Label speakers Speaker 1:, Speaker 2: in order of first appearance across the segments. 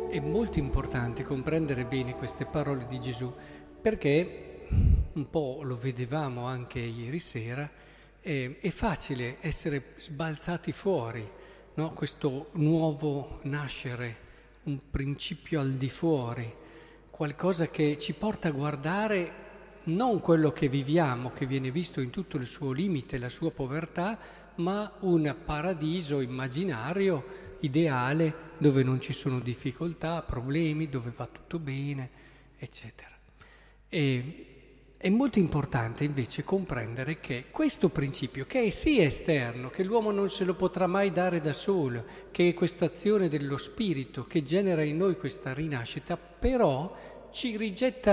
Speaker 1: È molto importante comprendere bene queste parole di Gesù, perché un po' lo vedevamo anche ieri sera, è facile essere sbalzati fuori, no? Questo nuovo nascere, un principio al di fuori, qualcosa che ci porta a guardare non quello che viviamo, che viene visto in tutto il suo limite, la sua povertà, ma un paradiso immaginario, ideale, dove non ci sono difficoltà, problemi, dove va tutto bene, eccetera. E è molto importante invece comprendere che questo principio, che è sì esterno, che l'uomo non se lo potrà mai dare da solo, che è questa azione dello spirito che genera in noi questa rinascita, però ci rigetta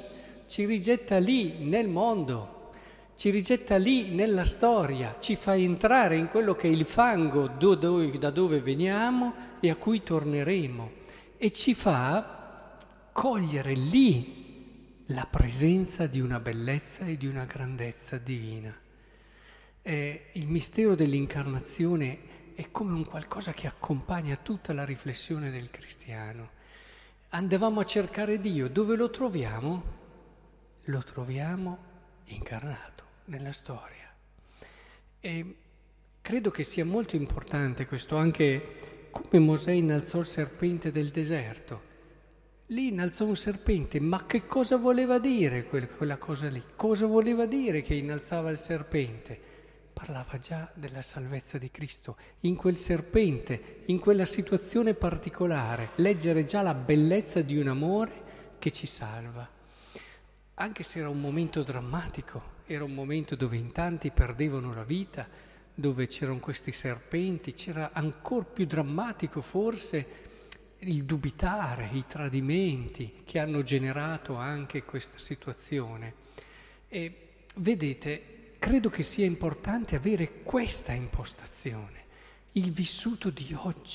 Speaker 1: lì nel mondo. Ci rigetta lì nella storia, ci fa entrare in quello che è il fango da dove veniamo e a cui torneremo, e ci fa cogliere lì la presenza di una bellezza e di una grandezza divina. Il mistero dell'incarnazione è come un qualcosa che accompagna tutta la riflessione del cristiano. Andavamo a cercare Dio, dove lo troviamo? Lo troviamo incarnato nella storia. E credo che sia molto importante questo, anche come Mosè innalzò il serpente del deserto. Lì innalzò un serpente, ma che cosa voleva dire quella cosa lì? Cosa voleva dire che innalzava il serpente? Parlava già della salvezza di Cristo. In quel serpente, in quella situazione particolare, leggere già la bellezza di un amore che ci salva. Anche se era un momento drammatico, era un momento dove in tanti perdevano la vita, dove c'erano questi serpenti, c'era ancora più drammatico forse il dubitare, i tradimenti che hanno generato anche questa situazione. E vedete, credo che sia importante avere questa impostazione. Il vissuto di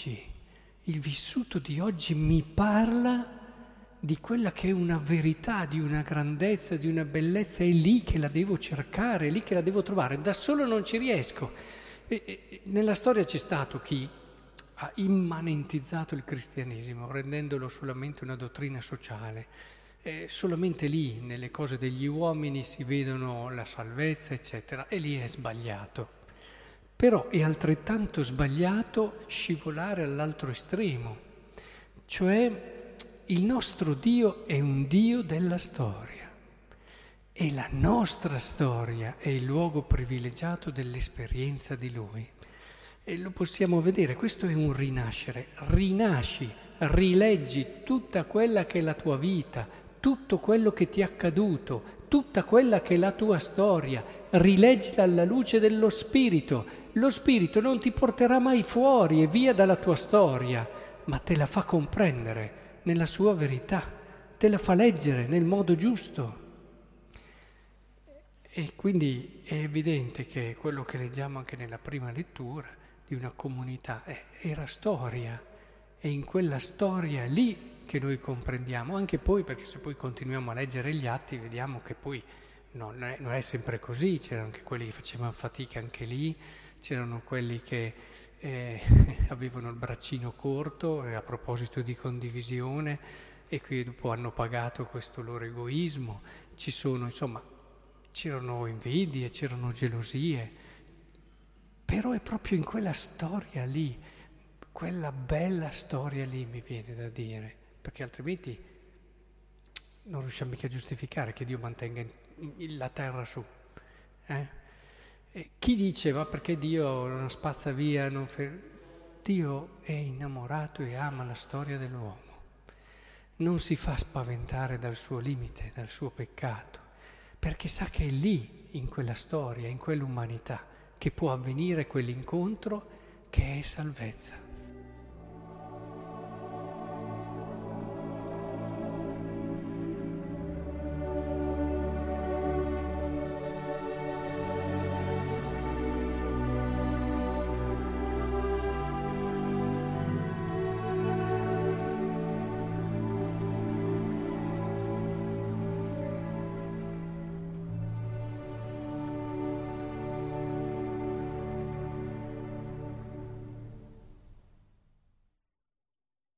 Speaker 1: oggi mi parla di quella che è una verità, di una grandezza, di una bellezza, è lì che la devo cercare, è lì che la devo trovare, da solo non ci riesco. Nella storia c'è stato chi ha immanentizzato il cristianesimo, rendendolo solamente una dottrina sociale. Solamente lì, nelle cose degli uomini, si vedono la salvezza, eccetera, e lì è sbagliato. Però è altrettanto sbagliato scivolare all'altro estremo, cioè il nostro Dio è un Dio della storia e la nostra storia è il luogo privilegiato dell'esperienza di Lui. E lo possiamo vedere, questo è un rinascere. Rinasci, rileggi tutta quella che è la tua vita, tutto quello che ti è accaduto, tutta quella che è la tua storia, rileggila alla luce dello Spirito. Lo Spirito non ti porterà mai fuori e via dalla tua storia, ma te la fa comprendere nella sua verità, te la fa leggere nel modo giusto. E quindi è evidente che quello che leggiamo anche nella prima lettura di una comunità era storia, e in quella storia lì che noi comprendiamo, anche poi, perché se poi continuiamo a leggere gli atti vediamo che poi non è sempre così, c'erano anche quelli che facevano fatica anche lì, c'erano quelli che avevano il braccino corto a proposito di condivisione e che dopo hanno pagato questo loro egoismo. C'erano invidie, c'erano gelosie, però è proprio in quella storia lì, quella bella storia lì, mi viene da dire, perché altrimenti non riusciamo mica a giustificare che Dio mantenga la terra su. Chi dice, ma perché Dio non spazza via, Dio è innamorato e ama la storia dell'uomo. Non si fa spaventare dal suo limite, dal suo peccato, perché sa che è lì, in quella storia, in quell'umanità, che può avvenire quell'incontro che è salvezza.